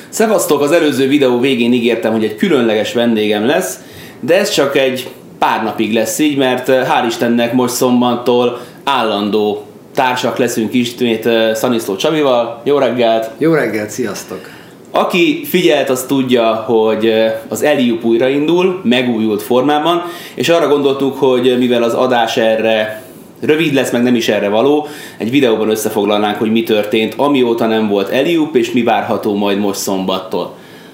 Szevasztok, az előző videó végén ígértem, hogy egy különleges vendégem lesz, de ez csak egy pár napig lesz így, mert hál' Istennek most szombattól állandó társak leszünk ismét Szaniszló Csabival. Jó reggelt! Jó reggelt, sziasztok! Aki figyelt, az tudja, hogy az Eliup újraindul, megújult formában, és arra gondoltuk, hogy mivel az adás erre rövid lesz, meg nem is erre való, egy videóban összefoglalnánk, hogy mi történt, amióta nem volt Eliup, és mi várható majd most szombattól.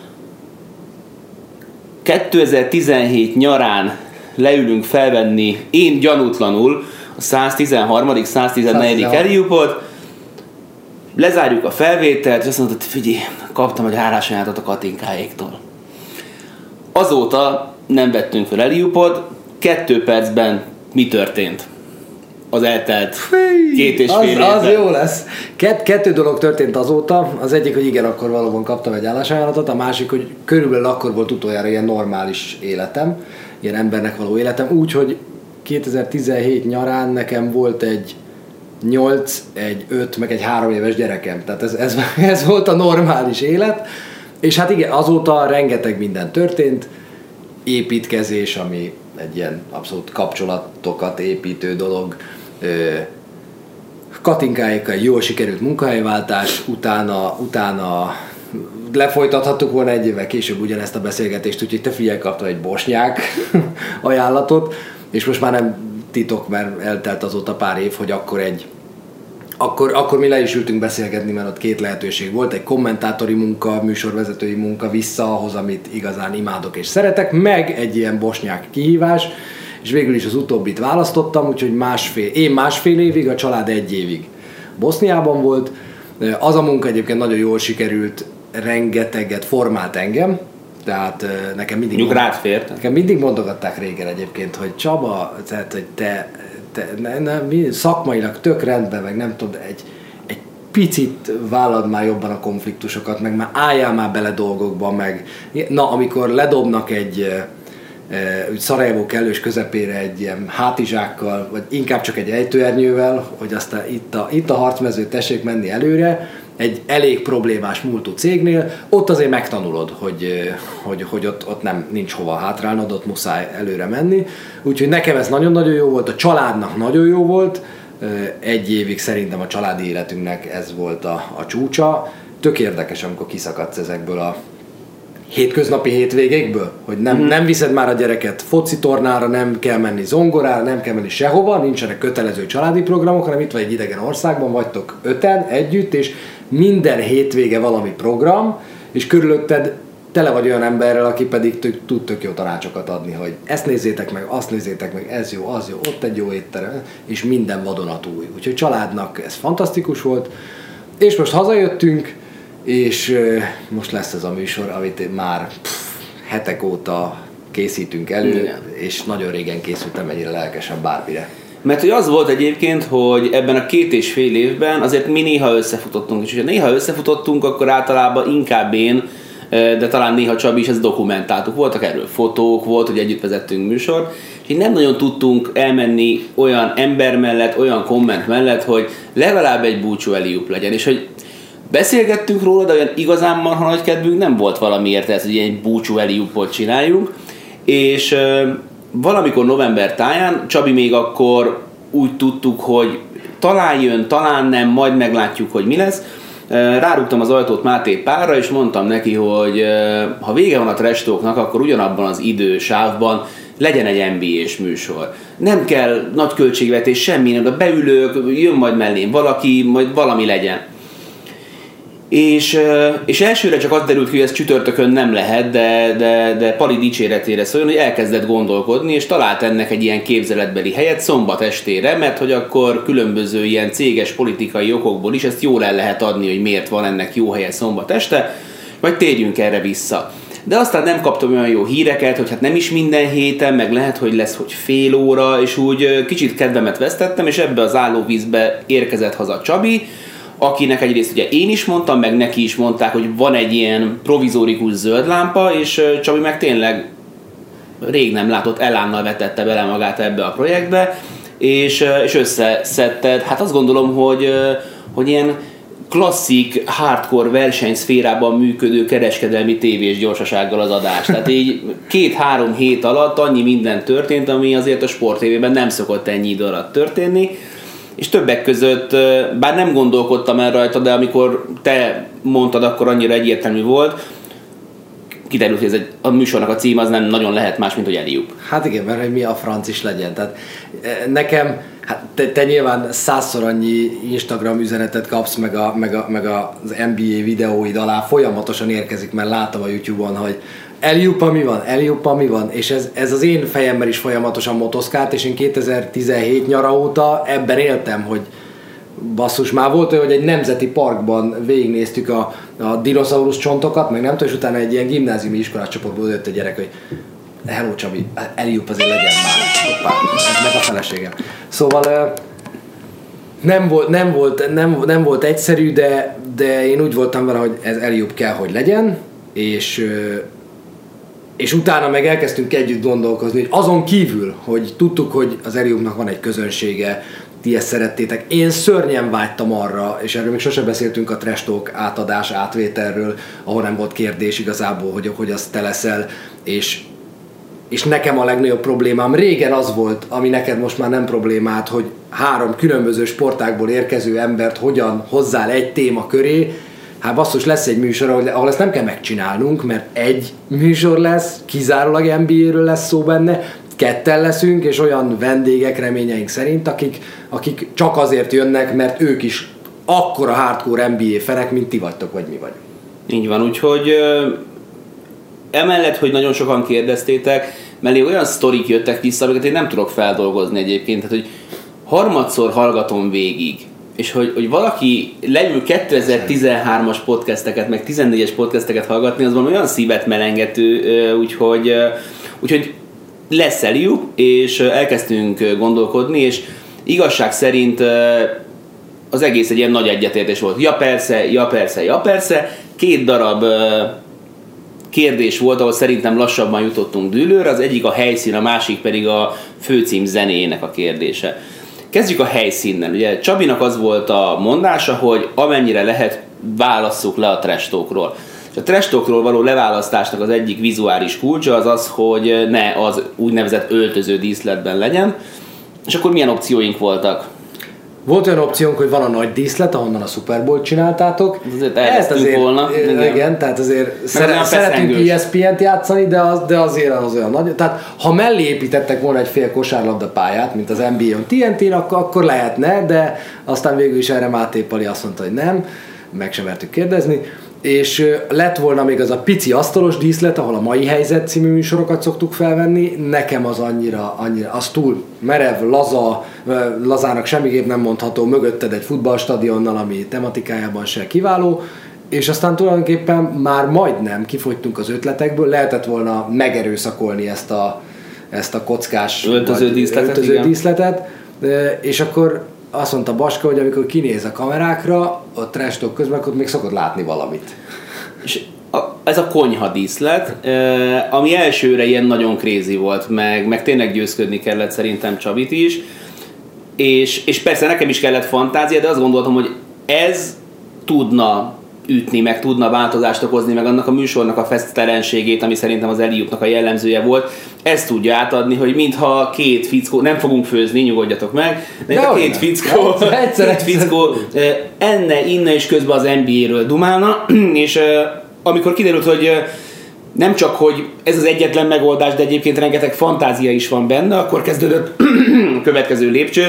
2017 nyarán leülünk felvenni, én gyanútlanul, a 113., 114. Eliupot, lezárjuk a felvételt, és azt mondta, hogy figyelj, kaptam egy állásajánlatot a Katinkáéktól. Azóta nem vettünk fel Eliupot, 2 percben mi történt? Az eltelt 2,5 évben. Az jó lesz. Kettő dolog történt azóta. Az egyik, hogy igen, akkor valóban kaptam egy állásajánlatot, a másik, hogy körülbelül akkor volt utoljára ilyen normális életem, ilyen embernek való életem, úgyhogy 2017 nyarán nekem volt egy 8, egy 5, meg egy 3 éves gyerekem. Tehát ez volt a normális élet. És hát igen, azóta rengeteg minden történt. Építkezés, ami egy ilyen abszolút kapcsolatokat építő dolog. Katinkáékkal jól sikerült munkahelyváltás, utána lefolytathattuk volna egy évvel később ugyanezt a beszélgetést, úgyhogy te figyelj, kaptam egy bosnyák ajánlatot, és most már nem titok, mert eltelt azóta pár év, hogy akkor mi le is ültünk beszélgetni, mert ott 2 lehetőség volt, egy kommentátori munka, műsorvezetői munka vissza ahhoz, amit igazán imádok és szeretek, meg egy ilyen bosnyák kihívás, és végül is az utóbbit választottam, úgyhogy én másfél évig, a család 1 évig Boszniában volt. Az a munka egyébként nagyon jól sikerült, rengeteget formált engem, tehát nekem mindig mondogatták régen egyébként, hogy Csaba, tehát, hogy te szakmailag tök rendben, meg nem tudom, egy picit vállald már jobban a konfliktusokat, meg már álljál már bele dolgokba, meg amikor ledobnak egy Szarajevó kellős közepére egy ilyen hátizsákkal, vagy inkább csak egy ejtőernyővel, hogy aztán itt a harcmező, tessék menni előre, egy elég problémás múltú cégnél, ott azért megtanulod, hogy ott nincs hova hátrálnod, ott muszáj előre menni. Úgyhogy nekem ez nagyon-nagyon jó volt, a családnak nagyon jó volt, 1 évig szerintem a családi életünknek ez volt a csúcsa. Tök érdekes, amikor kiszakadsz ezekből a hétköznapi hétvégékből, hogy nem viszed már a gyereket focitornára, nem kell menni zongorára, nem kell menni sehova, nincsenek kötelező családi programok, hanem itt vagy egy idegen országban, vagytok 5-en együtt, és minden hétvége valami program, és körülötted tele vagy olyan emberrel, aki pedig tud tök jó tanácsokat adni, hogy ezt nézzétek meg, azt nézzétek meg, ez jó, az jó, ott egy jó étterem, és minden vadonatúj. Úgyhogy családnak ez fantasztikus volt, és most hazajöttünk, és most lesz ez a műsor, amit már hetek óta készítünk elő, igen. És nagyon régen készültem ennyire lelkesen bármire. Mert hogy az volt egyébként, hogy ebben a 2,5 évben azért mi néha összefutottunk, és ha néha összefutottunk, akkor általában inkább én, de talán néha Csabi is ezt dokumentáltuk. Voltak erről fotók, volt, hogy együtt vezettünk műsort, és így nem nagyon tudtunk elmenni olyan ember mellett, olyan komment mellett, hogy legalább egy búcsú Eliup legyen, és hogy beszélgettünk róla, de olyan igazán marha nagy kedvünk nem volt valamiért ez, hogy egy búcsú Eliupot csináljunk, és valamikor november táján, Csabi még akkor úgy tudtuk, hogy talán jön, talán nem, majd meglátjuk, hogy mi lesz. Rárúgtam az ajtót Máté Pálra, és mondtam neki, hogy ha vége van a trash talknak, akkor ugyanabban az idősávban legyen egy NBA-s műsor. Nem kell nagy költségvetés, semmi, nem, beülök, jön majd mellém valaki, majd valami legyen. És elsőre csak az derült ki, hogy ez csütörtökön nem lehet, de Pali dicséretére szóljon, hogy elkezdett gondolkodni, és talált ennek egy ilyen képzeletbeli helyet szombat estére, mert hogy akkor különböző ilyen céges politikai okokból is ezt jól el lehet adni, hogy miért van ennek jó helye szombat este, vagy térjünk erre vissza. De aztán nem kaptam olyan jó híreket, hogy hát nem is minden héten, meg lehet, hogy lesz, hogy fél óra, és úgy kicsit kedvemet vesztettem, és ebbe az állóvízbe érkezett haza Csabi, akinek egyrészt ugye én is mondtam, meg neki is mondták, hogy van egy ilyen provizórikus zöld lámpa, és Csabi meg tényleg rég nem látott elánnal vetette bele magát ebbe a projektbe, és összeszedted, hát azt gondolom, hogy ilyen klasszik hardcore versenyszférában működő kereskedelmi tévés gyorsasággal az adás. Tehát így 2-3 hét alatt annyi minden történt, ami azért a sporttévében nem szokott ennyi idő alatt történni. És többek között, bár nem gondolkodtam el rajta, de amikor te mondtad, akkor annyira egyértelmű volt, kiderült, hogy a műsornak a cím az nem nagyon lehet más, mint hogy Alley-oop. Hát igen, mert hogy mi a franc is legyen. Tehát nekem, hát te nyilván 100-szor annyi Instagram üzenetet kapsz, meg az NBA videóid alá folyamatosan érkezik, mert látom a YouTube-on, hogy Alley-oop, mi van, és ez az én fejemben is folyamatosan motoszkált, és én 2017 nyara óta ebben éltem, hogy basszus, már volt olyan, hogy egy nemzeti parkban végignéztük a dinoszaurusz csontokat, meg nem tudom, és utána egy ilyen gimnáziumi iskolás csoportból jött a gyerek, hogy hello Csabi, Alley-oop azért legyen már. Hoppá, ez meg a feleségem. Szóval nem volt egyszerű, de én úgy voltam vele, hogy ez Alley-oop kell, hogy legyen, és utána meg elkezdtünk együtt gondolkozni, hogy azon kívül, hogy tudtuk, hogy az Alley-oopnak van egy közönsége, ti ezt szerettétek. Én szörnyen vágytam arra, és erről még sose beszéltünk a Trash Talk átvételről, ahol nem volt kérdés igazából, hogy az te leszel, és nekem a legnagyobb problémám régen az volt, ami neked most már nem problémád, hogy 3 különböző sportágból érkező embert hogyan hozzál egy téma köré. Hát basszus, lesz egy műsor, ahol ezt nem kell megcsinálnunk, mert egy műsor lesz, kizárólag NBA-ről lesz szó benne, 2 leszünk, és olyan vendégek reményeink szerint, akik csak azért jönnek, mert ők is akkora hardcore NBA fenek, mint ti vagytok, vagy mi vagyunk. Így van, úgyhogy emellett, hogy nagyon sokan kérdeztétek, mellé olyan sztorik jöttek vissza, amiket én nem tudok feldolgozni egyébként, tehát hogy harmadszor hallgatom végig, és hogy valaki leül 2013-as podcasteket, meg 14-es podcasteket hallgatni, az van olyan szívet melengető, úgyhogy lesz Alley-oop, és elkezdtünk gondolkodni, és igazság szerint az egész egy ilyen nagy egyetértés volt. Ja persze. 2 darab kérdés volt, ahol szerintem lassabban jutottunk dűlőre, az egyik a helyszín, a másik pedig a főcím zenéjének a kérdése. Kezdjük a helyszínnel. Ugye Csabinak az volt a mondása, hogy amennyire lehet, válasszuk le a Trash Talkról. És a Trash Talkról való leválasztásnak az egyik vizuális kulcsa az az, hogy ne az úgynevezett öltöző díszletben legyen. És akkor milyen opcióink voltak? Volt olyan opciónk, hogy van a nagy díszlet, ahonnan a Super Bowl-t csináltátok. Azért elvesztünk volna. Igen, tehát azért szeretünk ESPN-t játszani, de azért az olyan nagy. Tehát ha mellé építettek volna egy fél kosárlabda pályát, mint az NBA-on TNT-n, akkor lehetne, de aztán végül is erre Máté Pali azt mondta, hogy nem, meg sem mertük kérdezni. És lett volna még az a pici asztalos díszlet, ahol a Mai Helyzet című műsorokat szoktuk felvenni, nekem az annyira, az túl merev, lazának semmiképp nem mondható, mögötted egy futballstadionnal, ami tematikájában se kiváló, és aztán tulajdonképpen már majdnem kifogytunk az ötletekből, lehetett volna megerőszakolni ezt a kockás öltöző díszletet, és akkor azt mondta Baska, hogy amikor kinéz a kamerákra, a Trash Talk közben, akkor még szokott látni valamit. És ez a konyha díszlet, ami elsőre ilyen nagyon crazy volt, meg tényleg győzködni kellett szerintem Csabit is, és persze nekem is kellett fantázia, de azt gondoltam, hogy ez tudna ütni, meg tudna változást okozni, meg annak a műsornak a fesztelenségét, ami szerintem az Alley-oopnak a jellemzője volt, ezt tudja átadni, hogy mintha 2 fickó, nem fogunk főzni, nyugodjatok meg, de a 2 fickó enne, innen és közben az NBA-ről dumálna, és amikor kiderült, hogy nem csak, hogy ez az egyetlen megoldás, de egyébként rengeteg fantázia is van benne, akkor kezdődött a következő lépcső.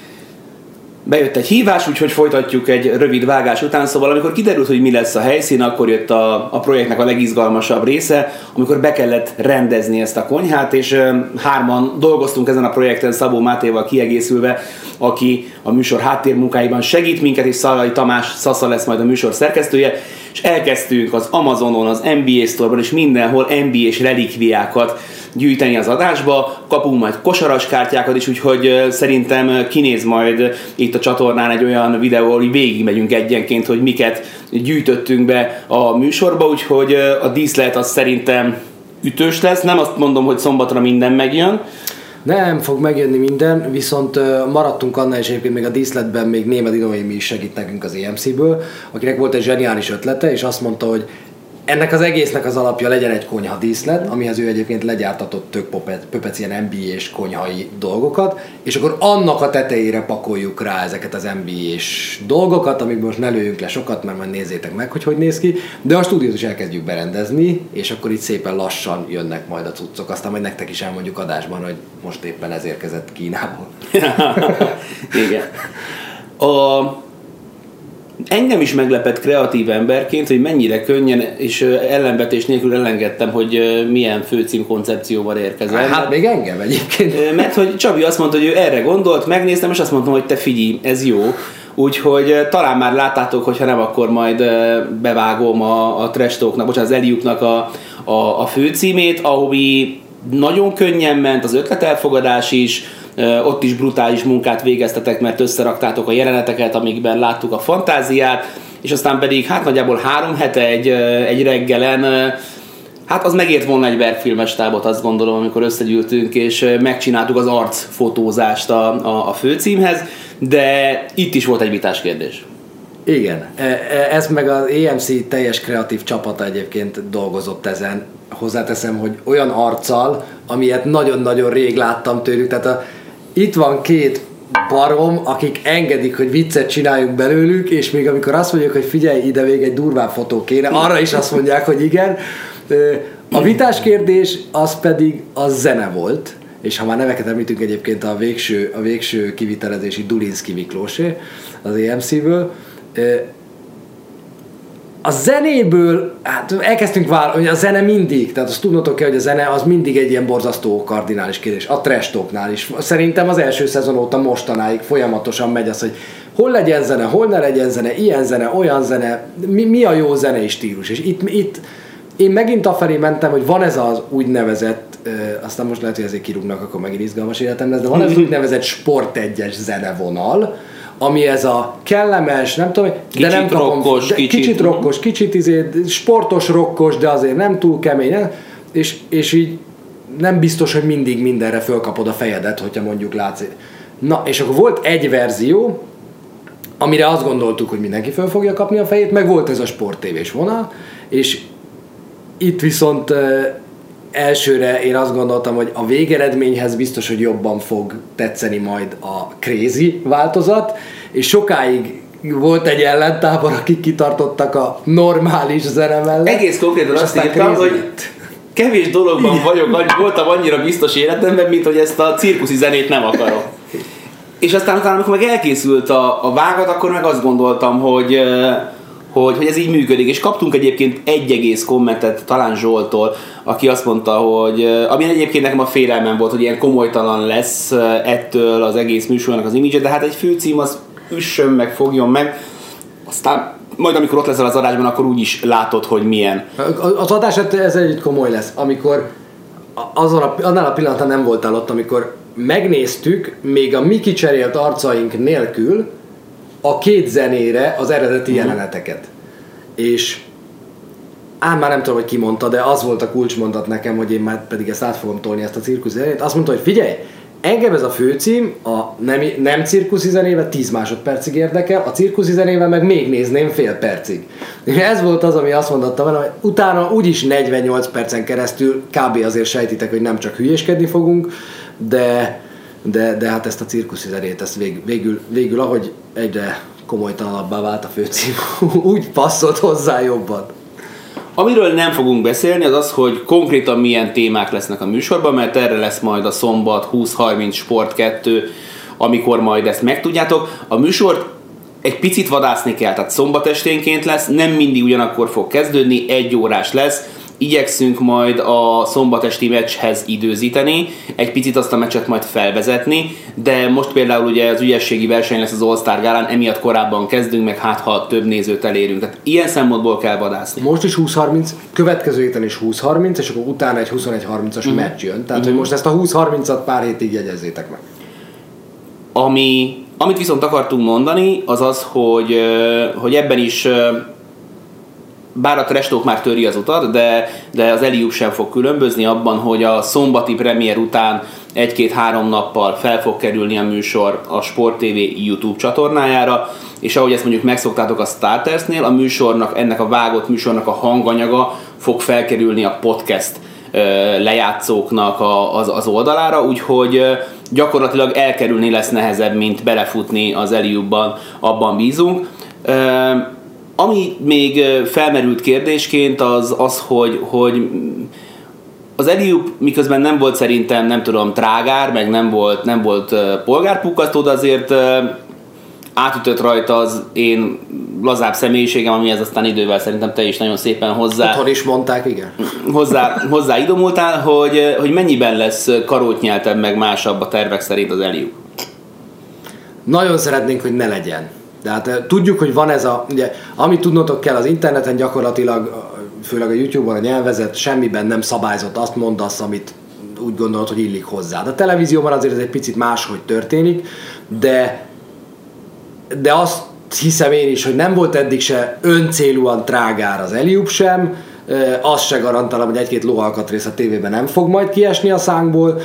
Bejött egy hívás, úgyhogy folytatjuk egy rövid vágás után, szóval amikor kiderült, hogy mi lesz a helyszín, akkor jött a projektnek a legizgalmasabb része, amikor be kellett rendezni ezt a konyhát, és 3-an dolgoztunk ezen a projekten Szabó Mátéval kiegészülve, aki a műsor háttérmunkáiban segít minket, és Szalai Tamás Szasza lesz majd a műsor szerkesztője, és elkezdtünk az Amazonon, az NBA Store-ban és mindenhol NBA-s relikviákat gyűjteni az adásba, kapunk majd kosaras kártyákat is, úgyhogy szerintem kinéz majd itt a csatornán egy olyan videó, hogy végigmegyünk egyenként, hogy miket gyűjtöttünk be a műsorba, úgyhogy a díszlet az szerintem ütős lesz, nem azt mondom, hogy szombatra minden megjön. Nem fog megjönni minden, viszont maradtunk annál, és egyébként még a díszletben még Németh Noémi is segít nekünk az EMC-ből, akinek volt egy zseniális ötlete, és azt mondta, hogy ennek az egésznek az alapja legyen egy konyha díszlet, amihez ő egyébként legyártatott tök pöpec ilyen NBA-s konyhai dolgokat, és akkor annak a tetejére pakoljuk rá ezeket az NBA-s dolgokat, amikből most ne lőjünk le sokat, mert majd nézzétek meg, hogy néz ki, de a stúdiót is elkezdjük berendezni, és akkor itt szépen lassan jönnek majd a cuccok, aztán majd nektek is elmondjuk adásban, hogy most éppen ez érkezett Kínából. Igen. Engem is meglepett kreatív emberként, hogy mennyire könnyen és ellenvetés nélkül elengedtem, hogy milyen főcím koncepcióval érkezel. Hát még engem egyébként. Mert hogy Csabi azt mondta, hogy ő erre gondolt, megnéztem, és azt mondtam, hogy te figyelj, ez jó. Úgyhogy talán már láttátok, hogyha nem, akkor majd bevágom a Trash Talknak, bocsánat, az Eliupnak a főcímét, ahogy nagyon könnyen ment az ötletelfogadás is, ott is brutális munkát végeztetek, mert összeraktátok a jeleneteket, amikben láttuk a fantáziát, és aztán pedig hát nagyjából 3 hete egy reggelen, hát az megért volna egy verkfilmes tábot, azt gondolom, amikor összegyűltünk, és megcsináltuk az arcfotózást a főcímhez, de itt is volt egy vitás kérdés. Igen, ez meg az EMC teljes kreatív csapata egyébként dolgozott ezen. Hozzáteszem, hogy olyan arccal, amilyet nagyon-nagyon rég láttam tőlük, tehát itt van 2 barom, akik engedik, hogy viccet csináljunk belőlük, és még amikor azt mondjuk, hogy figyelj, ide még egy durvább fotó kéne, arra is azt mondják, hogy igen. A vitás kérdés az pedig a zene volt, és ha már neveket említünk, egyébként a végső kivitelezési Dulinszky Miklósé az EMC-ből, a zenéből, hát elkezdtünk hogy a zene mindig, tehát azt tudnotok kell, hogy a zene az mindig egy ilyen borzasztó kardinális kérdés, a Trash Talknál is. Szerintem az első szezon óta mostanáig folyamatosan megy az, hogy hol legyen zene, hol ne legyen zene, ilyen zene, olyan zene, mi a jó zenei stílus. És itt én megint afelé mentem, hogy van ez az úgynevezett, aztán most lehet, hogy ezért kirúgnak, akkor megint izgalmas életem lesz, de van ez az úgynevezett sportegyes zenevonal, ami ez a kellemes, nem tudom, kicsit de nem rokkos, kicsit rokkos, kicsit sportos rokkos, de azért nem túl kemény, és így nem biztos, hogy mindig mindenre fölkapod a fejedet, hogyha mondjuk látsz. Na, és akkor volt egy verzió, amire azt gondoltuk, hogy mindenki föl fogja kapni a fejét, meg volt ez a sporttévés vonal, és itt viszont elsőre én azt gondoltam, hogy a végeredményhez biztos, hogy jobban fog tetszeni majd a crazy változat, és sokáig volt egy ellentábor, akik kitartottak a normális zene mellett. Egész konkrétan azt írtam, hogy kevés dologban voltam annyira biztos életemben, mint hogy ezt a cirkuszi zenét nem akarom. És aztán amikor meg elkészült a vágat, akkor meg azt gondoltam, hogy ez így működik, és kaptunk egyébként egy egész kommentet, talán Zsoltól, aki azt mondta, hogy ami egyébként nekem a félelmem volt, hogy ilyen komolytalan lesz ettől az egész műsornak az image, de hát egy főcím az üssön meg, fogjon meg, aztán majd amikor ott leszel az adásban, akkor úgy is látod, hogy milyen. Az adás ez együtt komoly lesz, amikor annál a pillanatban nem voltál ott, amikor megnéztük, még a mi kicserélt arcaink nélkül a 2 zenére az eredeti jeleneteket. És már nem tudom, hogy ki mondta, de az volt a kulcsmondat nekem, hogy én már pedig ezt át fogom tolni, ezt a cirkuszi zenét. Azt mondta, hogy figyelj, engem ez a főcím a nem cirkuszi zenével 10 másodpercig érdekel, a cirkuszi zenével meg még nézném fél percig. És ez volt az, ami azt mondotta vele, hogy utána úgyis 48 percen keresztül kb. Azért sejtitek, hogy nem csak hülyéskedni fogunk, de hát ezt a cirkuszi zenét, ezt végül ahogy egyre komolytalanabbá vált a főcím, úgy passzolt hozzá jobban. Amiről nem fogunk beszélni, az az, hogy konkrétan milyen témák lesznek a műsorban, mert erre lesz majd a szombat 20-30 Sport 2, amikor majd ezt megtudjátok. A műsort egy picit vadászni kell, tehát szombat esténként lesz, nem mindig ugyanakkor fog kezdődni, 1 órás lesz. Igyekszünk majd a szombatesti meccshez időzíteni, egy picit azt a meccset majd felvezetni, de most például ugye az ügyességi verseny lesz az All-Star Gálán, emiatt korábban kezdünk, meg hát ha több nézőt elérünk. Tehát ilyen szempontból kell vadászni. Most is 20-30, következő héten is 20-30, és akkor utána egy 21-30-as meccs jön. Tehát, hogy most ezt a 20-30-at pár hétig jegyezzétek meg. Amit viszont akartunk mondani, az az, hogy ebben is bár a Trash Talk már töri az utat, de az Eliup sem fog különbözni abban, hogy a szombati premier után 1-2-3 nappal fel fog kerülni a műsor a Sport TV YouTube csatornájára, és ahogy ezt mondjuk megszoktátok a Startersnél, a műsornak, ennek a vágott műsornak a hanganyaga fog felkerülni a podcast lejátszóknak az oldalára, úgyhogy gyakorlatilag elkerülni lesz nehezebb, mint belefutni az Eliubban, abban bízunk. Ami még felmerült kérdésként az hogy az Eliub miközben nem volt szerintem, nem tudom, trágár, meg nem volt polgárpukkasztó, de azért átütött rajta az én lazább személyiségem, amihez aztán idővel szerintem te is nagyon szépen Otthon is mondták, igen. Hozzá idomultál, hogy mennyiben lesz karótnyeltebb, meg másabb a tervek szerint az Eliub? Nagyon szeretnénk, hogy ne legyen. De hát tudjuk, hogy van ez ugye, amit tudnotok kell az interneten gyakorlatilag, főleg a YouTube-on a nyelvezet semmiben nem szabályzott, azt mondasz, amit úgy gondolod, hogy illik hozzá. De a televízióban azért ez egy picit máshogy történik, de azt hiszem én is, hogy nem volt eddig se öncélúan trágár az Eliub sem, azt se garantálom, hogy 1-2 lóalkatrész a tévében nem fog majd kiesni a szánkból,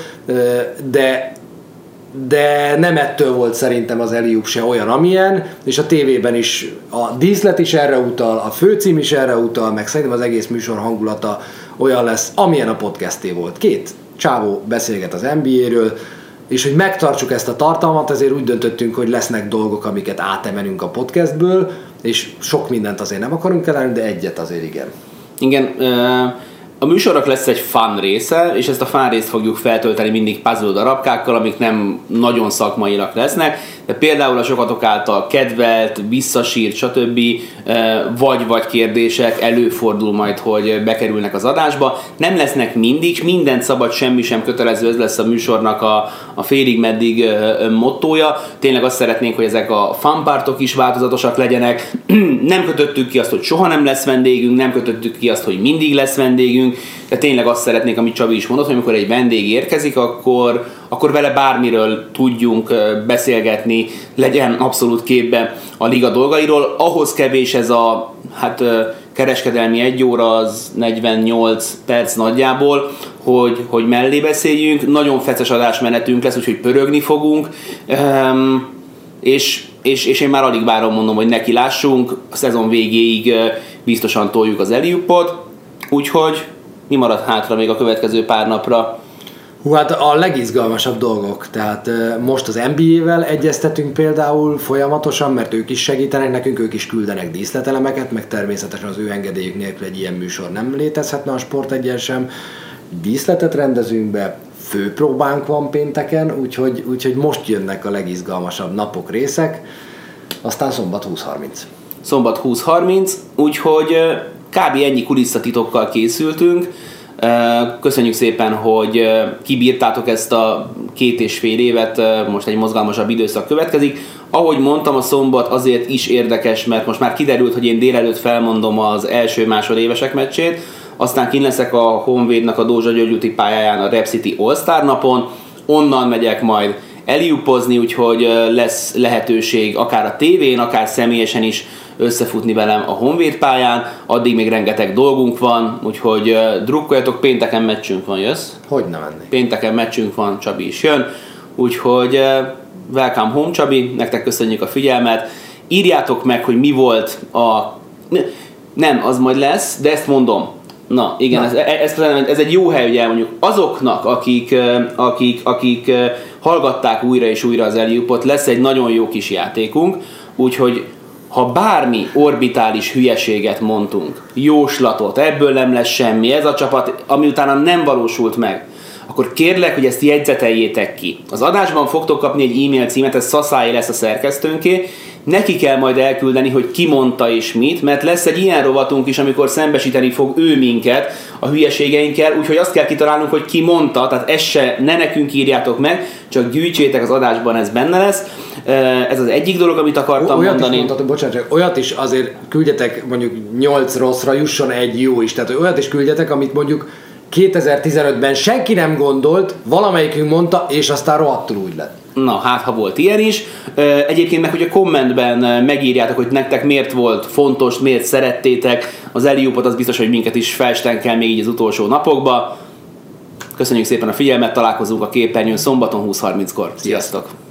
de nem ettől volt szerintem az Eliub se olyan, amilyen, és a tévében is a díszlet is erre utal, a főcím is erre utal, meg szerintem az egész műsor hangulata olyan lesz, amilyen a podcasté volt. 2 csávó beszélget az NBA-ről, és hogy megtartsuk ezt a tartalmat, ezért úgy döntöttünk, hogy lesznek dolgok, amiket átemelünk a podcastből, és sok mindent azért nem akarunk elárulni, de egyet azért igen. Igen, a műsornak lesz egy fun része, és ezt a fun részt fogjuk feltölteni mindig puzzle darabkákkal, amik nem nagyon szakmaiak lesznek, de például a sokatok által kedvelt, visszasírt, stb. Vagy kérdések előfordul majd, hogy bekerülnek az adásba. Nem lesznek mindig, mindent szabad, semmi sem kötelező, ez lesz a műsornak a félig meddig mottója. Tényleg azt szeretnénk, hogy ezek a fun partok is változatosak legyenek. Nem kötöttük ki azt, hogy soha nem lesz vendégünk, nem kötöttük ki azt, hogy mindig lesz vendégünk, de tényleg azt szeretnék, amit Csabi is mondott, hogy amikor egy vendég érkezik, akkor vele bármiről tudjunk beszélgetni, legyen abszolút képben a liga dolgairól. Ahhoz kevés ez a kereskedelmi 1 óra, az 48 perc nagyjából, hogy mellé beszéljünk. Nagyon feces adásmenetünk lesz, úgyhogy pörögni fogunk. És én már alig várom, mondom, hogy neki lássunk. A szezon végéig biztosan toljuk az Eliubot. Úgyhogy mi marad hátra még a következő pár napra? Hát a legizgalmasabb dolgok, tehát most az NBA-vel egyeztetünk például folyamatosan, mert ők is segítenek nekünk, ők is küldenek díszletelemeket, meg természetesen az ő engedélyük nélkül egy ilyen műsor nem létezhetne a Sport 1-en sem. Díszletet rendezünk be, főpróbánk van pénteken, úgyhogy most jönnek a legizgalmasabb napok, részek, aztán szombat 20:30. Szombat 20:30, úgyhogy kb. Ennyi kulisszatitokkal készültünk. Köszönjük szépen, hogy kibírtátok ezt a 2,5 évet, most egy mozgalmasabb időszak következik. Ahogy mondtam, a szombat azért is érdekes, mert most már kiderült, hogy én délelőtt felmondom az első másodévesek meccsét, aztán kint leszek a Honvédnak a Dózsa György úti pályáján a Rep City All-Star napon, onnan megyek majd Eliupozni, úgyhogy lesz lehetőség akár a tévén, akár személyesen is összefutni velem a Honvéd pályán, addig még rengeteg dolgunk van, úgyhogy drukkoljatok, pénteken meccsünk van, jössz? Hogy nem menni? Pénteken meccsünk van, Csabi is jön, úgyhogy welcome home, Csabi, nektek köszönjük a figyelmet, írjátok meg, hogy mi volt nem, az majd lesz, de ezt mondom. Na, igen, na. Ez egy jó hely, hogy elmondjuk azoknak, akik hallgatták újra és újra az Eliubot, lesz egy nagyon jó kis játékunk, úgyhogy ha bármi orbitális hülyeséget mondtunk, jóslatot, ebből nem lesz semmi, ez a csapat, ami utána nem valósult meg, akkor kérlek, hogy ezt jegyzeteljétek ki. Az adásban fogtok kapni egy e-mail címet, ez Szaszály lesz a szerkesztőnké, neki kell majd elküldeni, hogy ki mondta és mit, mert lesz egy ilyen rovatunk is, amikor szembesíteni fog ő minket a hülyeségeinkkel, úgyhogy azt kell kitalálnunk, hogy ki mondta, tehát ezt se ne nekünk írjátok meg, csak gyűjtsétek, az adásban ez benne lesz. Ez az egyik dolog, amit akartam mondani. Olyat is azért küldjetek, mondjuk 8 rosszra jusson egy jó is, tehát olyat is küldjetek, amit mondjuk 2015-ben senki nem gondolt, valamelyikünk mondta, és aztán rohadtul úgy lett. Na, hát ha volt ilyen is. Egyébként meg, hogy a kommentben megírjátok, hogy nektek miért volt fontos, miért szerettétek az Eliubot, az biztos, hogy minket is felstenkel még így az utolsó napokba. Köszönjük szépen a figyelmet, találkozunk a képernyőn szombaton 20:30-kor. Sziasztok!